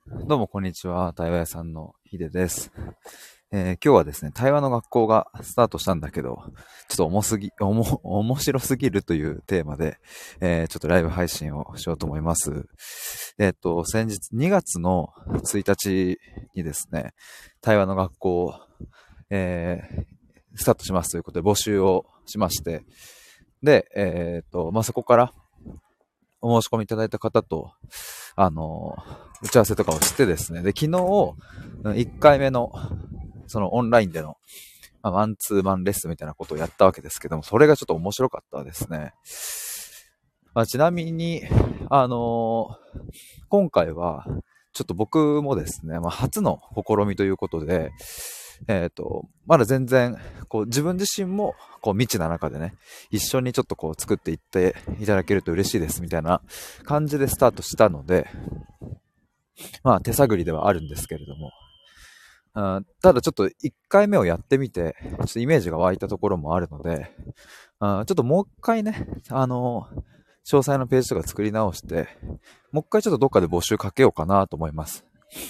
どうもこんにちは。対話屋さんのヒデです。今日はですね、対話の学校がスタートしたんだけど、ちょっと面白すぎるというテーマで、ちょっとライブ配信をしようと思います。先日2月の1日にですね、対話の学校を、スタートしますということで募集をしまして、で、そこからお申し込みいただいた方と、打ち合わせとかをしてですね。で、昨日、1回目の、そのオンラインでの、マンツーマンレッスンみたいなことをやったわけですけども、それがちょっと面白かったですね。ちなみに、今回は、ちょっと僕もですね、初の試みということで、まだ全然、自分自身も、未知な中でね、一緒にちょっと作っていっていただけると嬉しいですみたいな感じでスタートしたので、手探りではあるんですけれども、ただちょっと1回目をやってみて、ちょっとイメージが湧いたところもあるので、ちょっともう一回ね、詳細のページとか作り直して、もう一回ちょっとどっかで募集かけようかなと思います。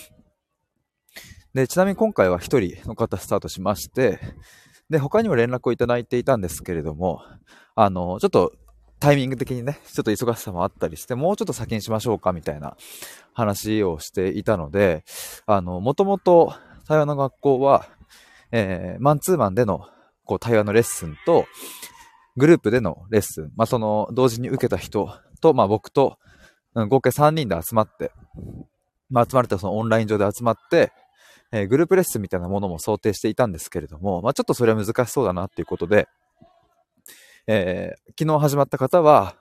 で、ちなみに今回は一人の方スタートしまして、で、他にも連絡をいただいていたんですけれども、ちょっとタイミング的にね、ちょっと忙しさもあったりして、もうちょっと先にしましょうかみたいな話をしていたので、もともと対話の学校は、マンツーマンでの対話のレッスンと、グループでのレッスン、その同時に受けた人と、僕と、合計3人で集まって、集まれたそのオンライン上で集まって、グループレッスンみたいなものも想定していたんですけれども、ちょっとそれは難しそうだなっていうことで、昨日始まった方は、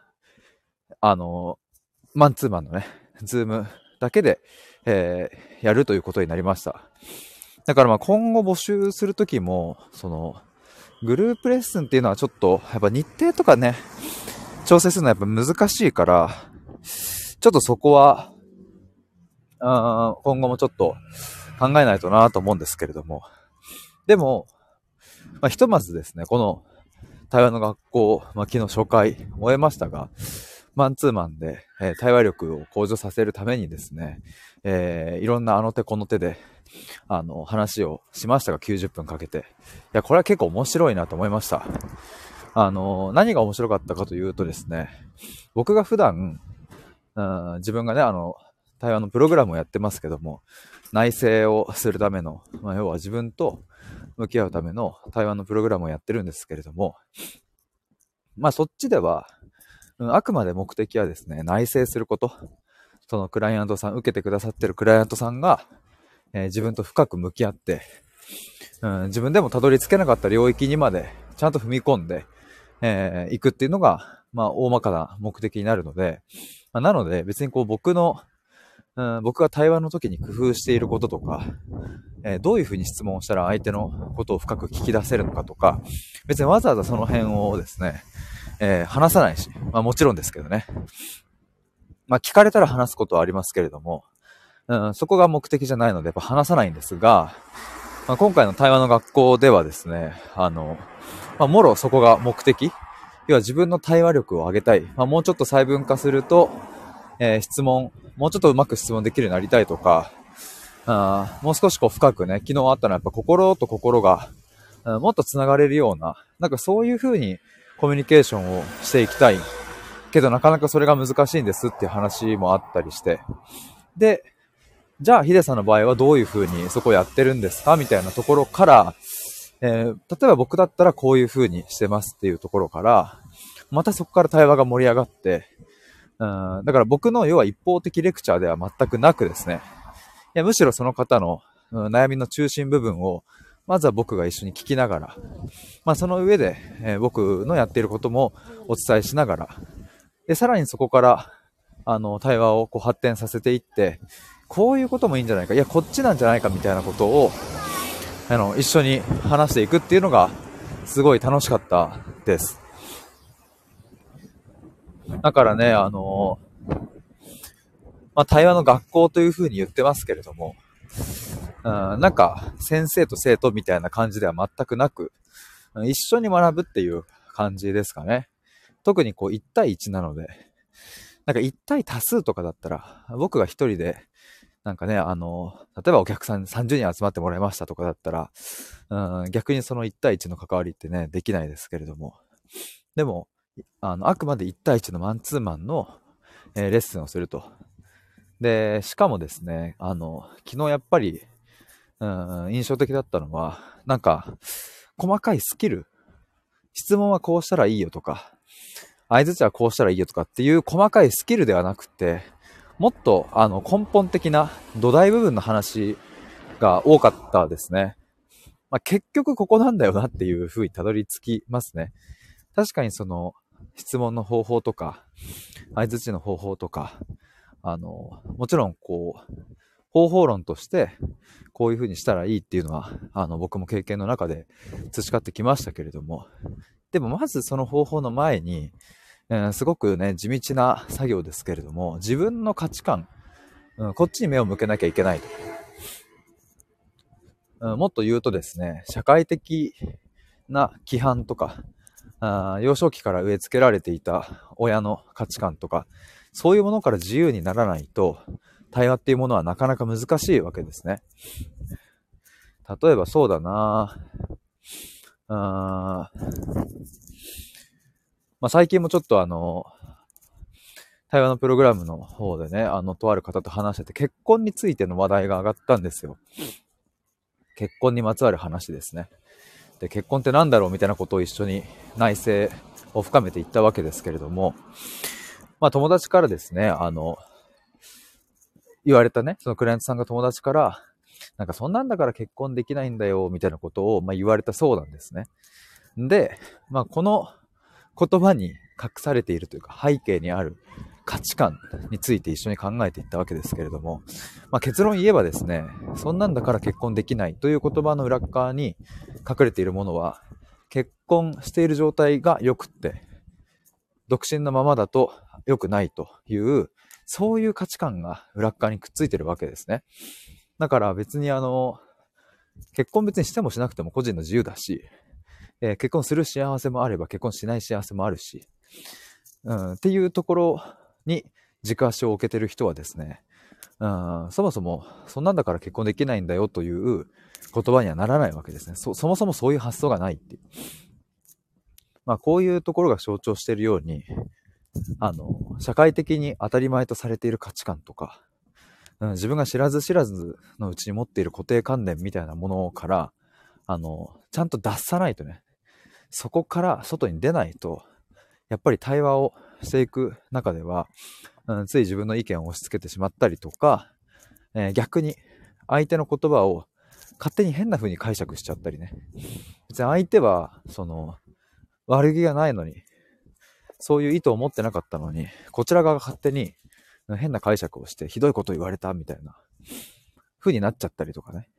マンツーマンのね、ズームだけで、やるということになりました。だから今後募集するときも、グループレッスンっていうのはちょっと、やっぱ日程とかね、調整するのはやっぱ難しいから、ちょっとそこは、今後もちょっと考えないとなと思うんですけれども。でも、ひとまずですね、この対話の学校、昨日初回終えましたが、マンツーマンで、対話力を向上させるためにですね、いろんなあの手この手で、話をしましたが、90分かけて。いや、これは結構面白いなと思いました。何が面白かったかというとですね、僕が普段、自分がね、対話のプログラムをやってますけども、内省をするための、要は自分と向き合うための対話のプログラムをやってるんですけれども、そっちでは、あくまで目的はですね、内省すること。そのクライアントさん、受けてくださってるクライアントさんが、自分と深く向き合って、自分でもたどり着けなかった領域にまでちゃんと踏み込んで、行くっていうのが、大まかな目的になるので、なので別に僕が対話の時に工夫していることとか、どういうふうに質問をしたら相手のことを深く聞き出せるのかとか、別にわざわざその辺をですね、話さないし、もちろんですけどね。聞かれたら話すことはありますけれども、そこが目的じゃないのでやっぱ話さないんですが、今回の対話の学校ではですね、もろそこが目的。要は自分の対話力を上げたい。もうちょっと細分化すると、質問、もうちょっとうまく質問できるようになりたいとか、もう少し深くね、昨日あったのはやっぱ心と心が、もっと繋がれるような、なんかそういう風にコミュニケーションをしていきたい。けどなかなかそれが難しいんですっていう話もあったりして。で、じゃあヒデさんの場合はどういう風にそこやってるんですかみたいなところから、例えば僕だったらこういう風にしてますっていうところから、またそこから対話が盛り上がって、だから僕の要は一方的レクチャーでは全くなくですね、いやむしろその方の、悩みの中心部分を、まずは僕が一緒に聞きながら、その上で、僕のやっていることもお伝えしながら、で、さらにそこから、対話を発展させていって、こういうこともいいんじゃないか、いや、こっちなんじゃないかみたいなことを、一緒に話していくっていうのが、すごい楽しかったです。だからね、対話の学校というふうに言ってますけれども、なんか、先生と生徒みたいな感じでは全くなく、一緒に学ぶっていう感じですかね。特に1対1なので、なんか1対多数とかだったら、僕が一人でなんかね、例えばお客さん30人集まってもらいましたとかだったら、逆にその1対1の関わりってね、できないですけれども。でも、あくまで1対1のマンツーマンの、レッスンをすると。で、しかもですね、昨日やっぱり、印象的だったのは、なんか、細かいスキル、質問はこうしたらいいよとか、相槌はこうしたらいいよとかっていう細かいスキルではなくて、もっと根本的な土台部分の話が多かったですね。まあ、結局ここなんだよなっていう風にたどり着きますね。確かにその質問の方法とか、相槌の方法とか、もちろんこう、方法論としてこういう風にしたらいいっていうのは、僕も経験の中で培ってきましたけれども、でもまずその方法の前に、すごくね、地道な作業ですけれども、自分の価値観、こっちに目を向けなきゃいけないと。もっと言うとですね、社会的な規範とか、幼少期から植え付けられていた親の価値観とか、そういうものから自由にならないと、対話っていうものはなかなか難しいわけですね。例えばそうだなまあ、最近もちょっと対話のプログラムの方でね、とある方と話してて、結婚についての話題が上がったんですよ。結婚にまつわる話ですね。で、結婚って何だろうみたいなことを一緒に内省を深めていったわけですけれども、まあ友達からですね、言われたね、そのクライアントさんが友達から、なんかそんなんだから結婚できないんだよ、みたいなことを、まあ、言われたそうなんですね。で、まあこの言葉に隠されているというか背景にある価値観について一緒に考えていったわけですけれども、まあ、結論言えばですね、そんなんだから結婚できないという言葉の裏側に隠れているものは、結婚している状態が良くって、独身のままだと良くないという、そういう価値観が裏側にくっついてるわけですね。だから別に結婚別にしてもしなくても個人の自由だし、結婚する幸せもあれば結婚しない幸せもあるし、っていうところに軸足を置けてる人はですね、そもそもそんなんだから結婚できないんだよという言葉にはならないわけですね。そもそもそういう発想がないっていう。まあこういうところが象徴しているように、社会的に当たり前とされている価値観とか、自分が知らず知らずのうちに持っている固定観念みたいなものから、ちゃんと脱さないとね、そこから外に出ないと、やっぱり対話をしていく中では、つい自分の意見を押し付けてしまったりとか、逆に相手の言葉を勝手に変な風に解釈しちゃったりね。別に相手は、悪気がないのに、そういう意図を持ってなかったのに、こちら側が勝手に変な解釈をしてひどいこと言われたみたいな風になっちゃったりとかね。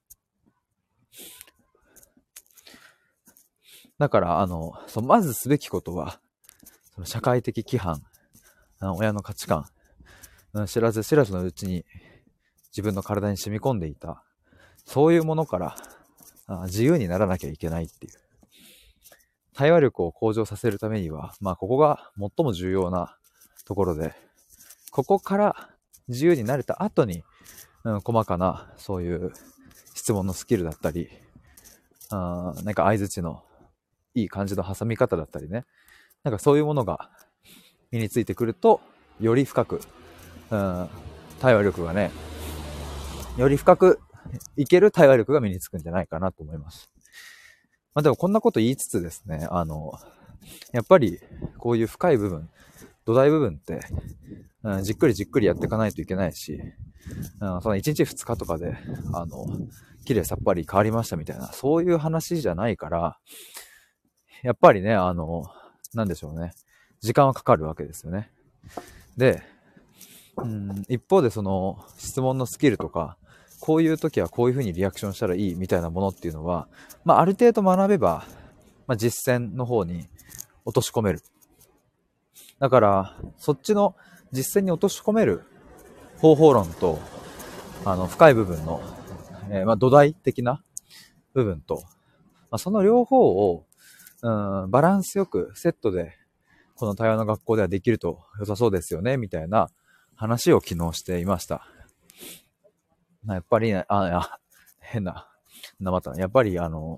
だから、まずすべきことは、その社会的規範、親の価値観、知らず知らずのうちに自分の体に染み込んでいた、そういうものから自由にならなきゃいけないっていう。対話力を向上させるためには、まあここが最も重要なところで、ここから自由になれた後に、細かなそういう質問のスキルだったり、なんか相槌のいい感じの挟み方だったりね、なんかそういうものが身についてくると、より深く、対話力がね、より深くいける対話力が身につくんじゃないかなと思います。まあでもこんなこと言いつつですね、やっぱりこういう深い部分、土台部分って、じっくりじっくりやっていかないといけないし、その1日2日とかで、綺麗さっぱり変わりましたみたいな、そういう話じゃないから、やっぱりね、なんでしょうね、時間はかかるわけですよね。で、一方でその質問のスキルとか、こういう時はこういう風にリアクションしたらいいみたいなものっていうのは、まあある程度学べば、まあ実践の方に落とし込める。だから、そっちの実践に落とし込める方法論と、深い部分の、まあ土台的な部分と、まあ、その両方を、バランスよくセットで、この対話の学校ではできると良さそうですよね、みたいな話を昨日していました。 やっぱりね、変な、また、やっぱり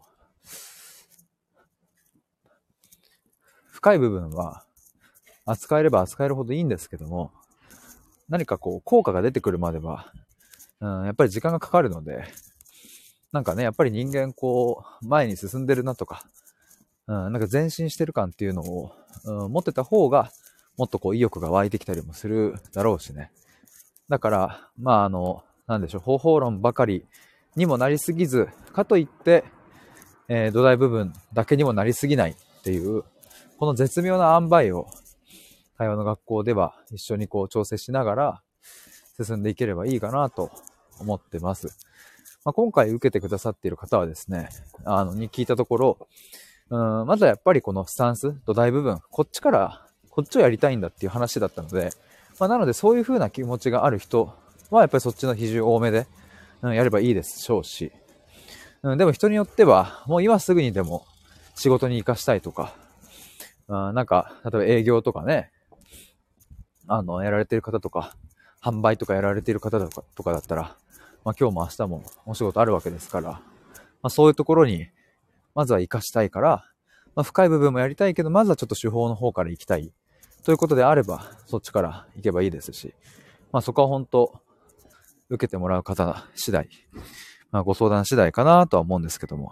深い部分は扱えれば扱えるほどいいんですけども、何かこう、効果が出てくるまでは、やっぱり時間がかかるので、なんかね、やっぱり人間こう、前に進んでるなとか、なんか前進してる感っていうのを、持ってた方が、もっとこう意欲が湧いてきたりもするだろうしね。だから、なんでしょう、方法論ばかりにもなりすぎず、かといって、土台部分だけにもなりすぎないっていう、この絶妙な塩梅を、対話の学校では一緒にこう調整しながら進んでいければいいかなと思ってます。今回受けてくださっている方はですね、に聞いたところ、まずはやっぱりこのスタンス、土台部分、こっちをやりたいんだっていう話だったので、なのでそういう風な気持ちがある人はやっぱりそっちの比重多めで、やればいいでしょうし、でも人によってはもう今すぐにでも仕事に活かしたいとか、なんか、例えば営業とかね、やられている方とか、販売とかやられている方とかだったら、今日も明日もお仕事あるわけですから、そういうところに、まずは活かしたいから、深い部分もやりたいけど、まずはちょっと手法の方から行きたい。ということであれば、そっちから行けばいいですし、そこは本当、受けてもらう方次第、ご相談次第かなとは思うんですけども、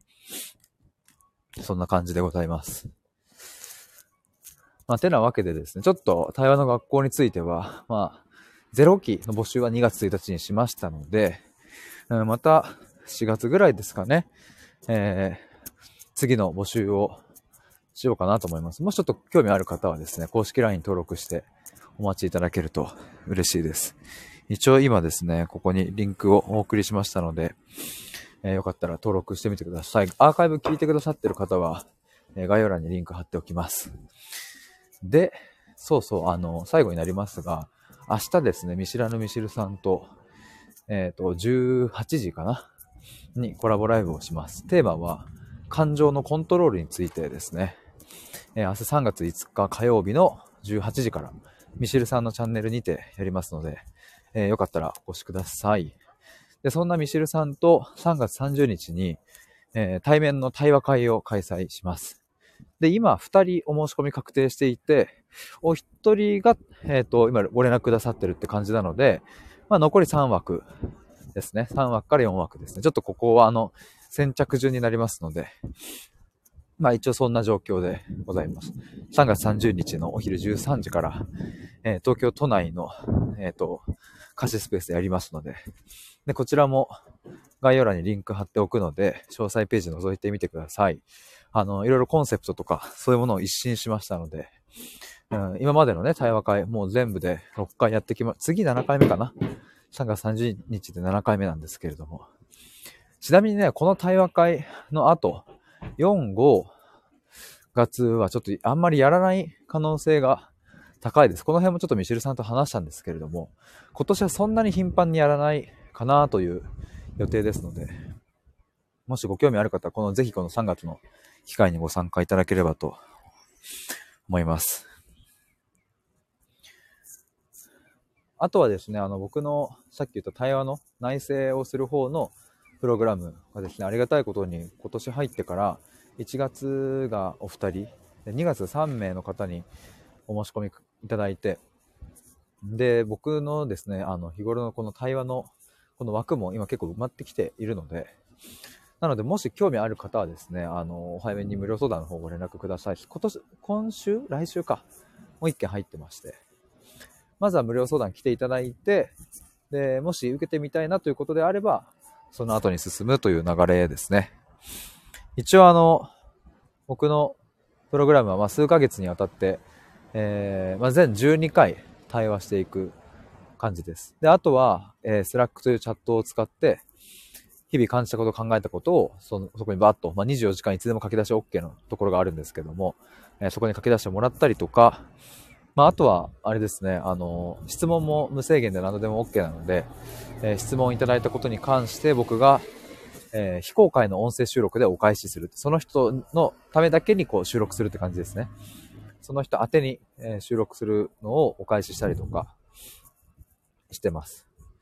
そんな感じでございます。てなわけでですね、ちょっと対話の学校については、0期の募集は2月1日にしましたので、また4月ぐらいですかね、次の募集をしようかなと思います。もしちょっと興味ある方はですね、公式 LINE 登録してお待ちいただけると嬉しいです。一応今ですね、ここにリンクをお送りしましたので、よかったら登録してみてください。アーカイブ聞いてくださってる方は、概要欄にリンク貼っておきます。で、そうそう、最後になりますが、明日ですね、見知らぬミシルさんと、18時かなにコラボライブをします。テーマは、感情のコントロールについてですね。明日3月5日火曜日の18時から、ミシルさんのチャンネルにてやりますので、よかったらお越しください。で、そんなミシルさんと3月30日に、対面の対話会を開催します。で、今、2人お申し込み確定していて、お一人が、今ご連絡くださってるって感じなので、残り3枠ですね。3枠から4枠ですね。ちょっとここは先着順になりますので、一応そんな状況でございます。3月30日のお昼13時から、東京都内の、貸しスペースでやりますので、で、こちらも概要欄にリンク貼っておくので、詳細ページ覗いてみてください。いろいろコンセプトとか、そういうものを一新しましたので、今までのね、対話会、もう全部で6回やって次7回目かな ?3 月30日で7回目なんですけれども。ちなみにね、この対話会の後、4、5月はちょっとあんまりやらない可能性が高いです。この辺もちょっとミシェルさんと話したんですけれども、今年はそんなに頻繁にやらないかなという予定ですので、もしご興味ある方はぜひこの3月の機会にご参加いただければと思います。あとはですね、僕のさっき言った対話の内省をする方のプログラムがですね、ありがたいことに今年入ってから1月がお二人、2月3名の方にお申し込みいただいて、で、僕のですね、日頃のこの対話のこの枠も今結構埋まってきているので、なのでもし興味ある方はですね、お早めに無料相談の方ご連絡ください。今週来週か。もう一件入ってまして。まずは無料相談来ていただいて、で、もし受けてみたいなということであれば、その後に進むという流れですね。一応僕のプログラムは数ヶ月にわたって、全12回対話していく感じです。で、あとは、Slack というチャットを使って、日々感じたこと、考えたことをそこにバッと、24時間いつでも書き出し OK のところがあるんですけども、そこに書き出してもらったりとか、あとは、あれですね、質問も無制限で何度でも OK なので、質問いただいたことに関して僕が、非公開の音声収録でお返しする。その人のためだけに収録するって感じですね。その人宛てに、収録するのをお返ししたりとかしてます。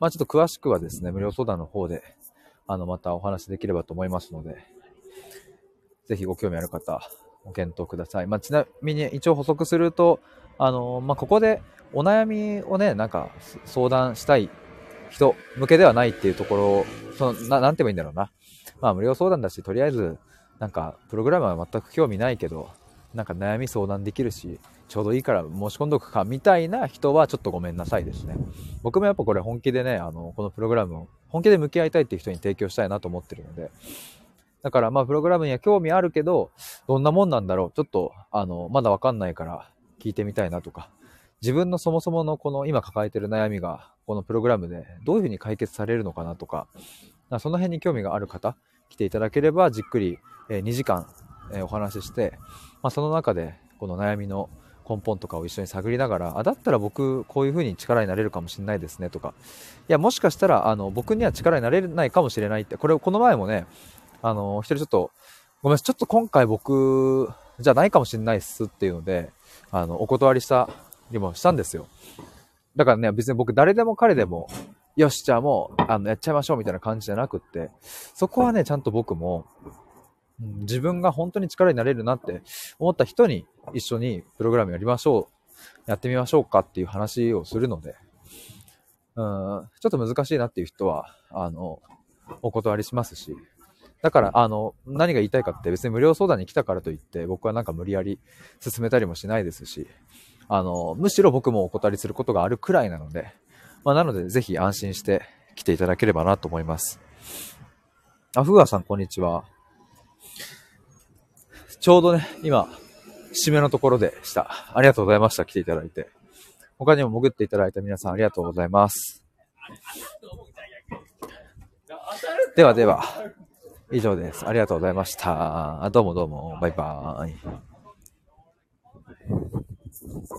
まあちょっと詳しくはですね、無料相談の方で、またお話できればと思いますので、ぜひご興味ある方、ご検討ください。まあちなみに一応補足すると、まあここでお悩みをね、なんか相談したい人向けではないっていうところ、なんて言えばいいんだろうな。まあ無料相談だし、とりあえず、なんか、プログラムは全く興味ないけど、なんか悩み相談できるし、ちょうどいいから申し込んどくか、みたいな人はちょっとごめんなさいですね。僕もやっぱこれ本気でね、このプログラムを本気で向き合いたいっていう人に提供したいなと思ってるので、だからまあプログラムには興味あるけど、どんなもんなんだろう、ちょっと、まだわかんないから聞いてみたいなとか、自分のそもそものこの今抱えてる悩みが、このプログラムでどういうふうに解決されるのかなとか、その辺に興味がある方、来ていただければじっくり2時間お話しして、まあ、その中でこの悩みの根本とかを一緒に探りながら、だったら僕こういう風に力になれるかもしれないですねとか、いやもしかしたら僕には力になれないかもしれないって、この前もね、一人ちょっとごめん、ちょっと今回僕じゃないかもしれないっすっていうので、お断りしたりもしたんですよ。だからね、別に僕誰でも彼でもよし、じゃあもう、やっちゃいましょうみたいな感じじゃなくって、そこはね、ちゃんと僕も、自分が本当に力になれるなって思った人に一緒にプログラムやりましょう、やってみましょうかっていう話をするので、ちょっと難しいなっていう人は、お断りしますし、だから、何が言いたいかって別に無料相談に来たからといって、僕はなんか無理やり進めたりもしないですし、むしろ僕もお断りすることがあるくらいなので、まあ、なので、ぜひ安心して来ていただければなと思います。ふがさん、こんにちは。ちょうどね、今、締めのところでした。ありがとうございました。来ていただいて。他にも潜っていただいた皆さん、ありがとうございます。ではでは、以上です。ありがとうございました。どうもどうも、バイバーイ。